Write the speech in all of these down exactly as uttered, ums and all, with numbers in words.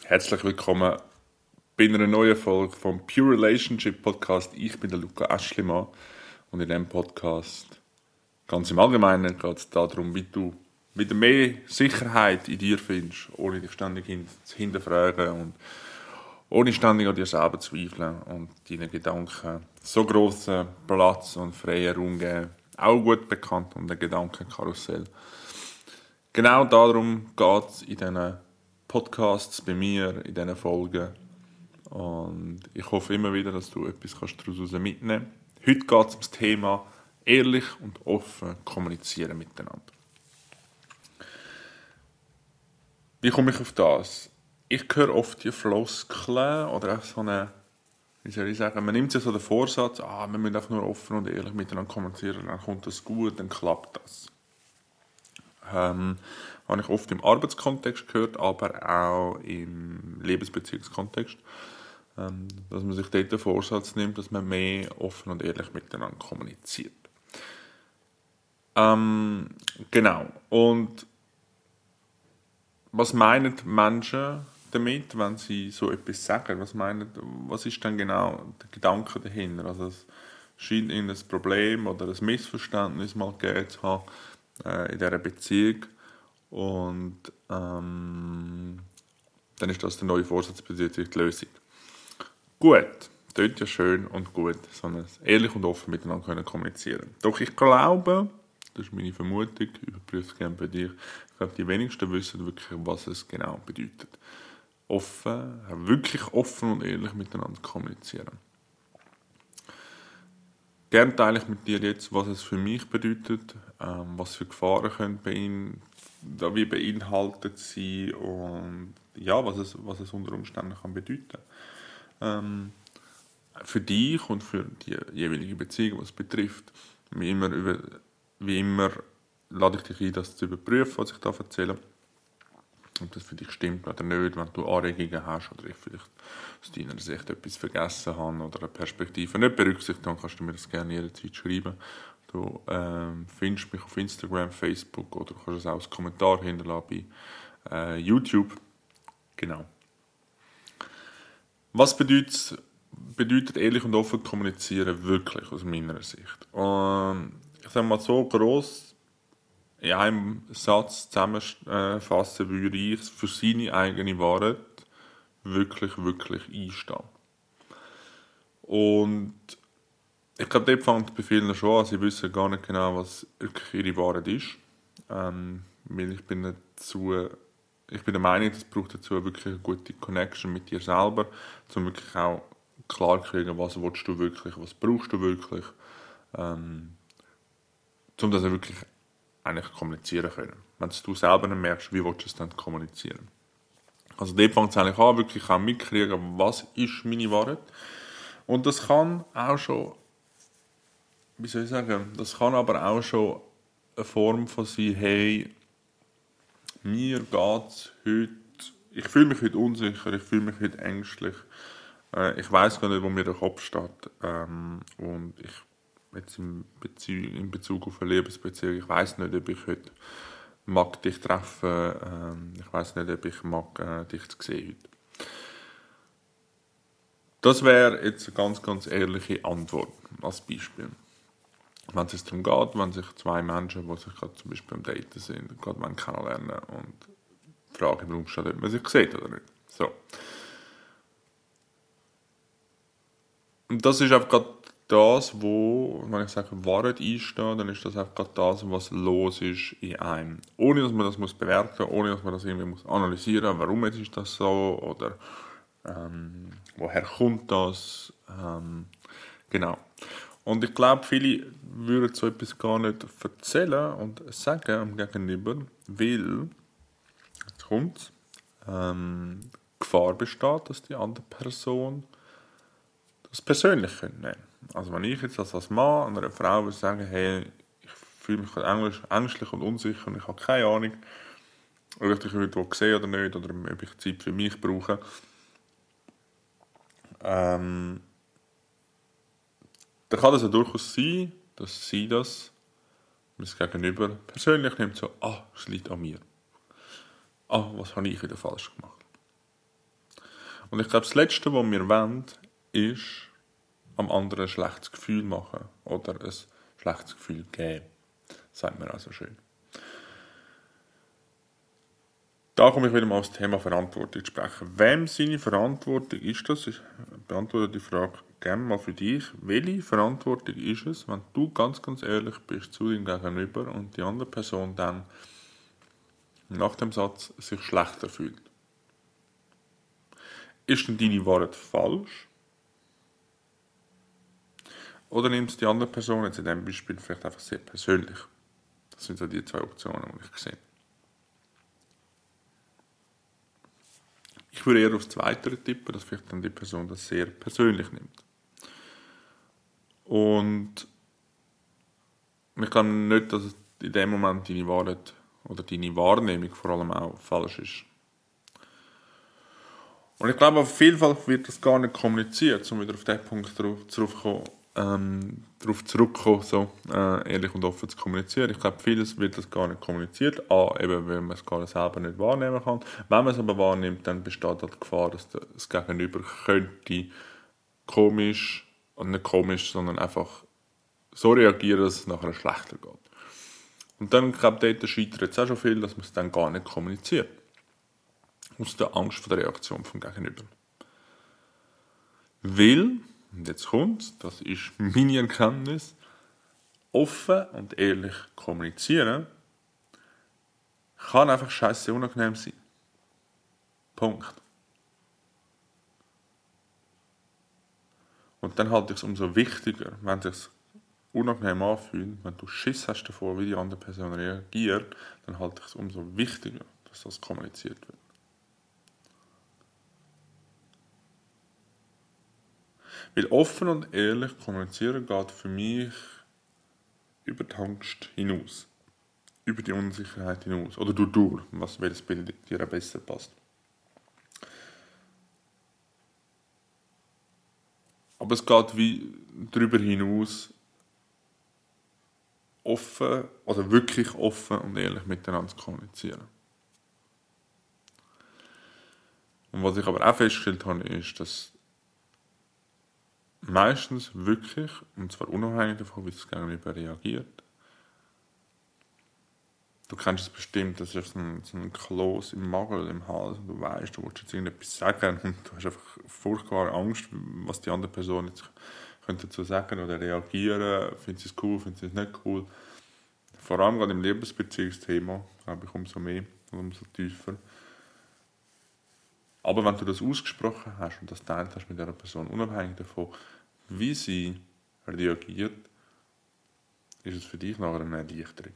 Herzlich willkommen bei einer neuen Folge vom Pure Relationship Podcast. Ich bin der Luca Aeschlimann und in diesem Podcast, ganz im Allgemeinen, geht es darum, wie du wieder mehr Sicherheit in dir findest, ohne dich ständig hin zu hinterfragen und ohne ständig an dir selber zu zweifeln und deinen Gedanken so grossen Platz und freien Raum geben. Auch gut bekannt unter Gedankenkarussell. Genau darum geht es in diesen Podcasts bei mir, in diesen Folgen. Und ich hoffe immer wieder, dass du etwas daraus mitnehmen kannst. Heute geht es um das Thema ehrlich und offen kommunizieren miteinander. Wie komme ich auf das? Ich höre oft die Floskeln oder auch so eine, wie soll ich sagen, man nimmt sich so den Vorsatz, ah, wir müssen einfach nur offen und ehrlich miteinander kommunizieren, dann kommt das gut, dann klappt das. Ähm, habe ich oft im Arbeitskontext gehört, aber auch im Lebensbeziehungskontext, ähm, dass man sich dort den Vorsatz nimmt, dass man mehr offen und ehrlich miteinander kommuniziert. Ähm, genau. Und was meinen Menschen damit, wenn sie so etwas sagen? Was meinen, was ist dann genau der Gedanke dahinter? Also es scheint ihnen ein Problem oder ein Missverständnis mal gegeben zu haben äh, in dieser Beziehung. Und ähm, dann ist das der neue Vorsatz bzw. die Lösung. Gut, klingt ja schön und gut, sondern ehrlich und offen miteinander können kommunizieren. Doch ich glaube, das ist meine Vermutung, überprüfe es gerne bei dir, ich glaube, die wenigsten wissen wirklich, was es genau bedeutet. Offen, wirklich offen und ehrlich miteinander kommunizieren. Gerne teile ich mit dir jetzt, was es für mich bedeutet, ähm, was für Gefahren können bein, da wie beinhaltet sein und ja, was es, was es unter Umständen kann bedeuten. Ähm, für dich und für die jeweilige Beziehung, was es betrifft. Wie immer, über, wie immer lade ich dich ein, das zu überprüfen, was ich da erzähle. Ob das für dich stimmt oder nicht, wenn du Anregungen hast oder ich vielleicht aus deiner Sicht etwas vergessen habe oder eine Perspektive nicht berücksichtigt habe, kannst du mir das gerne jederzeit schreiben. Du ähm, findest mich auf Instagram, Facebook oder du kannst es auch als Kommentar hinterlassen bei äh, YouTube. Genau. Was bedeutet, bedeutet ehrlich und offen kommunizieren wirklich aus meiner Sicht? Und ich sage mal so gross in einem Satz zusammenfassen würde ich für seine eigene Wahrheit wirklich, wirklich einstehen. Und ich glaube, dort fängt bei vielen schon an, sie wissen gar nicht genau, was wirklich ihre Wahrheit ist. Ähm, weil ich bin dazu, ich bin der Meinung, es braucht dazu wirklich eine gute Connection mit dir selber, um wirklich auch klar zu kriegen, was willst du wirklich, was brauchst du wirklich, ähm, um das wirklich eigentlich kommunizieren können. Wenn du selber nicht merkst, wie willst du es dann kommunizieren? Also dort fängt es eigentlich an, wirklich auch mitkriegen, was ist meine Wahrheit. Und das kann auch schon, wie soll ich sagen, das kann aber auch schon eine Form von sein, hey, mir geht es heute, ich fühle mich heute unsicher, ich fühle mich heute ängstlich, äh, ich weiß gar nicht, wo mir der Kopf steht. Ähm, und ich jetzt in Bezug, in Bezug auf eine Liebesbeziehung, ich weiß nicht, ob ich heute mag dich treffen, ähm, ich weiß nicht, ob ich mag äh, dich sehen heute. Das wäre jetzt eine ganz, ganz ehrliche Antwort als Beispiel. Wenn es darum geht, wenn sich zwei Menschen, die sich gerade zum Beispiel am Daten sind, gerade kennenlernen und die Frage im Raum steht, ob man sich sieht oder nicht. So. Und das ist einfach gerade das, wo, wenn ich sage, Wahrheit einsteht, dann ist das einfach gerade das, was los ist in einem. Ohne, dass man das muss bewerten muss, ohne, dass man das irgendwie muss analysieren muss, warum jetzt ist das so oder ähm, woher kommt das. Ähm, genau. Und ich glaube, viele würden so etwas gar nicht erzählen und sagen am Gegenüber, weil, jetzt kommt's, ähm, Gefahr besteht, dass die andere Person das persönlich nehmen könnte. Also wenn ich jetzt als Mann einer Frau würde sagen, hey, ich fühle mich ängstlich und unsicher und ich habe keine Ahnung, ob ich dich irgendwo sehe oder nicht, oder ob ich Zeit für mich brauche, ähm, dann kann das ja durchaus sein, dass sie das, das Gegenüber, persönlich nimmt so, ah, es liegt an mir. Ah, was habe ich wieder falsch gemacht? Und ich glaube, das Letzte, was wir wollen, ist am anderen ein schlechtes Gefühl machen oder ein schlechtes Gefühl geben. Sagt man auch so schön. Da komme ich wieder mal aufs Thema Verantwortung zu sprechen. Wem seine Verantwortung ist das? Ich beantworte die Frage gerne mal für dich. Welche Verantwortung ist es, wenn du ganz, ganz ehrlich bist zu deinem Gegenüber und die andere Person dann nach dem Satz sich schlechter fühlt? Ist denn deine Wahrheit falsch? Oder nimmt es die andere Person jetzt in diesem Beispiel vielleicht einfach sehr persönlich? Das sind so die zwei Optionen, die ich sehe. Ich würde eher aufs Zweite tippen, dass vielleicht dann die Person das sehr persönlich nimmt. Und ich glaube nicht, dass es in dem Moment deine Wahrheit oder deine Wahrnehmung vor allem auch falsch ist. Und ich glaube, auf jeden Fall wird das gar nicht kommuniziert, um wieder auf diesen Punkt darauf zurückzukommen, ähm, darauf zurückzukommen, so äh, ehrlich und offen zu kommunizieren. Ich glaube, vieles wird das gar nicht kommuniziert, A, eben, weil man es gar selber nicht wahrnehmen kann. Wenn man es aber wahrnimmt, dann besteht halt die Gefahr, dass das Gegenüber könnte komisch, und nicht komisch, sondern einfach so reagieren, dass es nachher schlechter geht. Und dann, ich glaube, dort scheitert es auch schon viel, dass man es dann gar nicht kommuniziert. Aus der Angst vor der Reaktion vom Gegenüber. Weil, und jetzt kommt, das ist meine Erkenntnis, offen und ehrlich kommunizieren kann einfach scheiße unangenehm sein. Punkt. Und dann halte ich es umso wichtiger, wenn es sich unangenehm anfühlt, wenn du Schiss hast davor, wie die andere Person reagiert, dann halte ich es umso wichtiger, dass das kommuniziert wird. Weil offen und ehrlich kommunizieren geht für mich über die Angst hinaus. Über die Unsicherheit hinaus. Oder du durch, was welches Bild dir am besser passt. Aber es geht wie darüber hinaus, offen, also wirklich offen und ehrlich miteinander zu kommunizieren. Und was ich aber auch festgestellt habe, ist, dass meistens wirklich, und zwar unabhängig davon, wie das Gegenüber reagiert. Du kennst es bestimmt, das ist so ein, so ein Kloß im Magen oder im Hals und du weißt, du willst jetzt irgendetwas sagen und du hast einfach furchtbare Angst, was die andere Person jetzt könnte dazu sagen oder reagieren. Findet sie es cool, findet sie es nicht cool. Vor allem gerade im Liebesbeziehungsthema, glaube ich, umso mehr und umso tiefer. Aber wenn du das ausgesprochen hast und das teilt hast mit einer Person, unabhängig davon, wie sie reagiert, ist es für dich nachher eine Erleichterung.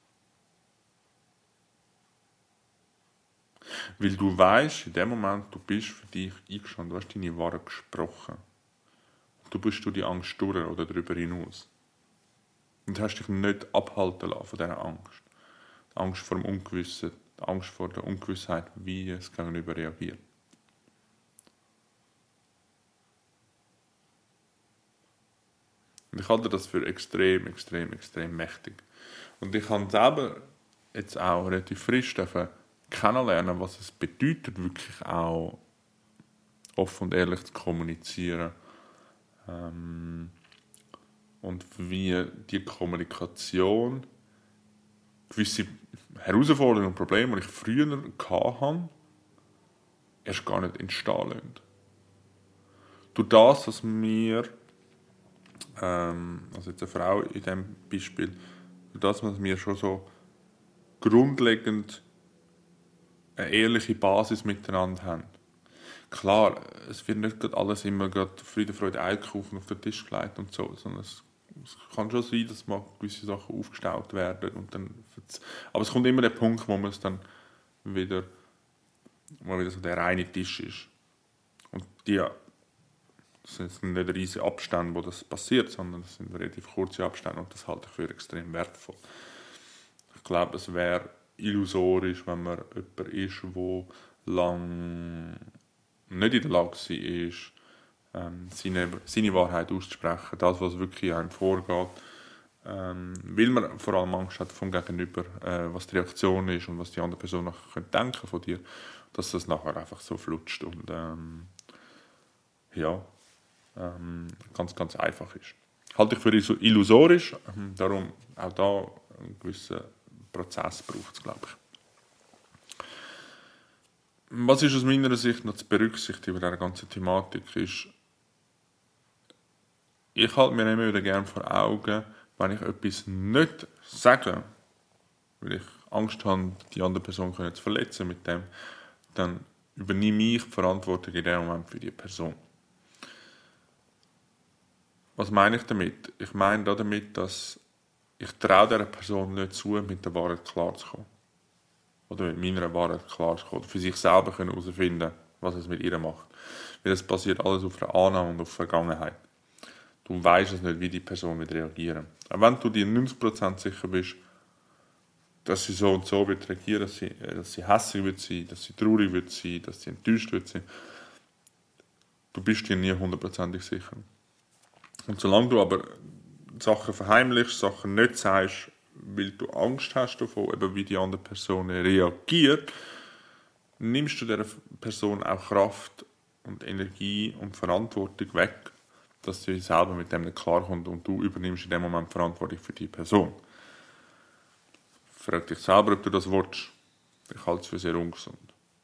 Weil du weißt, in dem Moment, du bist für dich eingestanden, du hast deine Wahrheit gesprochen. Du bist durch die Angst durch oder darüber hinaus. Und du hast dich nicht abhalten lassen von dieser Angst. Die Angst vor dem Ungewissen, die Angst vor der Ungewissheit, wie es gegenüber reagiert. Und ich halte das für extrem, extrem, extrem mächtig. Und ich habe selber jetzt auch relativ frisch kennenlernen, was es bedeutet, wirklich auch offen und ehrlich zu kommunizieren. Ähm, und wie die Kommunikation gewisse Herausforderungen und Probleme, die ich früher hatte, erst gar nicht entstehen lassen. Durch das, dass wir, ähm, also jetzt eine Frau in diesem Beispiel, durch das, dass wir schon so grundlegend eine ehrliche Basis miteinander haben. Klar, es wird nicht alles immer gerade Friede, Freude, Eierkuchen auf den Tisch gelegt und so, sondern es, es kann schon sein, dass mal gewisse Sachen aufgestaut werden und dann, aber es kommt immer der Punkt, wo man es dann wieder, wo wieder so der reine Tisch ist. Und die, das sind nicht riesige Abstände, wo das passiert, sondern das sind relativ kurze Abstände und das halte ich für extrem wertvoll. Ich glaube, es wäre illusorisch, wenn man jemand ist, der lang nicht in der Lage war, ähm, seine, seine Wahrheit auszusprechen, das, was wirklich einem vorgeht, ähm, weil man vor allem Angst hat vom Gegenüber, äh, was die Reaktion ist und was die andere Person nachher denken von dir, dass das nachher einfach so flutscht und ähm, ja, ähm, ganz, ganz einfach ist. Halte ich für illusorisch, ähm, darum auch da einen gewissen Prozess braucht es, glaube ich. Was ist aus meiner Sicht noch zu berücksichtigen bei dieser ganzen Thematik ist, ich halte mir immer wieder gerne vor Augen, wenn ich etwas nicht sage, weil ich Angst habe, die andere Person zu verletzen mit dem, dann übernehme ich die Verantwortung in dem Moment für die Person. Was meine ich damit? Ich meine damit, dass ich traue dieser Person nicht zu, mit der Wahrheit klarzukommen. Oder mit meiner Wahrheit klarzukommen. Oder für sich selber herausfinden, was es mit ihr macht. Weil das basiert alles auf der Annahme und auf der Vergangenheit. Du weißt es nicht, wie die Person wird reagieren. Aber wenn du dir neunzig Prozent sicher bist, dass sie so und so wird reagieren, dass sie, dass sie hässlich wird sein, dass sie traurig wird sein, dass sie enttäuscht wird sein, du bist dir nie hundertprozentig sicher. Und solange du aber Sachen verheimlichst, Sachen nicht sagst, weil du Angst hast davon, eben wie die andere Person reagiert, nimmst du dieser Person auch Kraft und Energie und Verantwortung weg, dass sie selber mit dem nicht klarkommt und du übernimmst in dem Moment Verantwortung für die Person. Frag dich selber, ob du das willst. Ich halte es für sehr ungesund.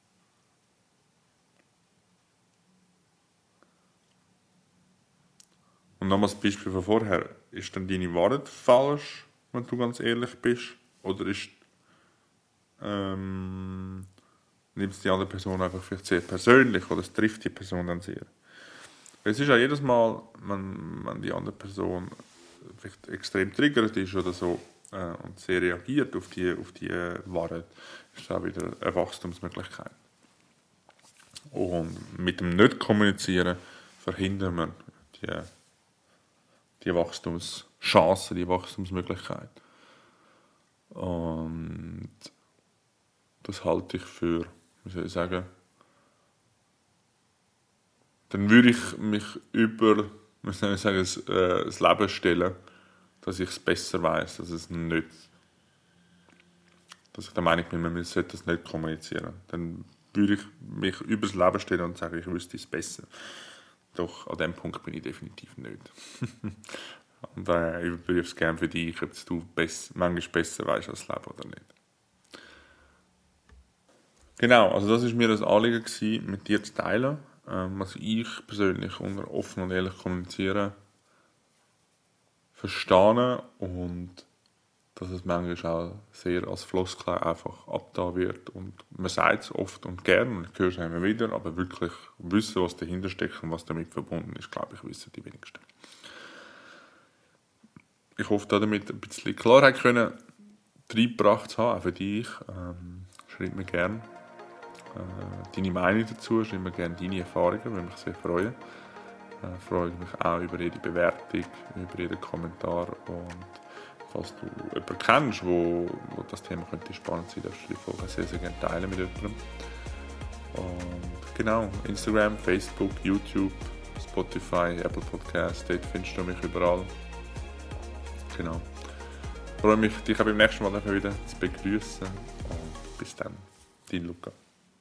Und nochmals das Beispiel von vorher. Ist dann deine Wahrheit falsch, wenn du ganz ehrlich bist? Oder ist, ähm, nimmst die andere Person einfach vielleicht sehr persönlich oder es trifft die Person dann sehr? Es ist auch jedes Mal, wenn, wenn die andere Person vielleicht extrem triggert ist oder so äh, und sehr reagiert auf die, auf die äh, Wahrheit, ist es auch wieder eine Wachstumsmöglichkeit. Und mit dem Nicht-Kommunizieren verhindern wir die die Wachstumschance, die Wachstumsmöglichkeit. Und das halte ich für, wie soll ich sagen, dann würde ich mich über, wie soll ich sagen, das, äh, das Leben stellen, dass ich es besser weiß, dass es nicht, dass ich der Meinung bin, man sollte das nicht kommunizieren. Dann würde ich mich über das Leben stellen und sagen, ich wüsste es besser. Doch an dem Punkt bin ich definitiv nicht. Und daher äh, überprüfe es gerne für dich, ob du bess- manchmal besser weißt als das Leben oder nicht. Genau, also das war mir das Anliegen gewesen, mit dir zu teilen, ähm, was ich persönlich unter offen und ehrlich kommunizieren verstehe und dass es manchmal auch sehr als Floskel einfach abgetan wird. Und man sagt es oft und gern, und ich höre es immer wieder, aber wirklich wissen, was dahinter steckt und was damit verbunden ist, glaube ich, wissen die wenigsten. Ich hoffe, damit ein bisschen Klarheit können reingebracht zu haben, auch für dich. Ähm, schreib mir gerne äh, deine Meinung dazu, schreib mir gerne deine Erfahrungen, würde mich sehr freuen. Äh, freue mich auch über jede Bewertung, über jeden Kommentar und falls du jemanden kennst, wo, wo das Thema könnte spannend sein, darfst du die Folge sehr, sehr gerne teilen mit jemandem. Und genau, Instagram, Facebook, YouTube, Spotify, Apple Podcasts, dort findest du mich überall. Genau. Ich freue mich, dich auch beim nächsten Mal wieder zu begrüßen und bis dann, dein Luca.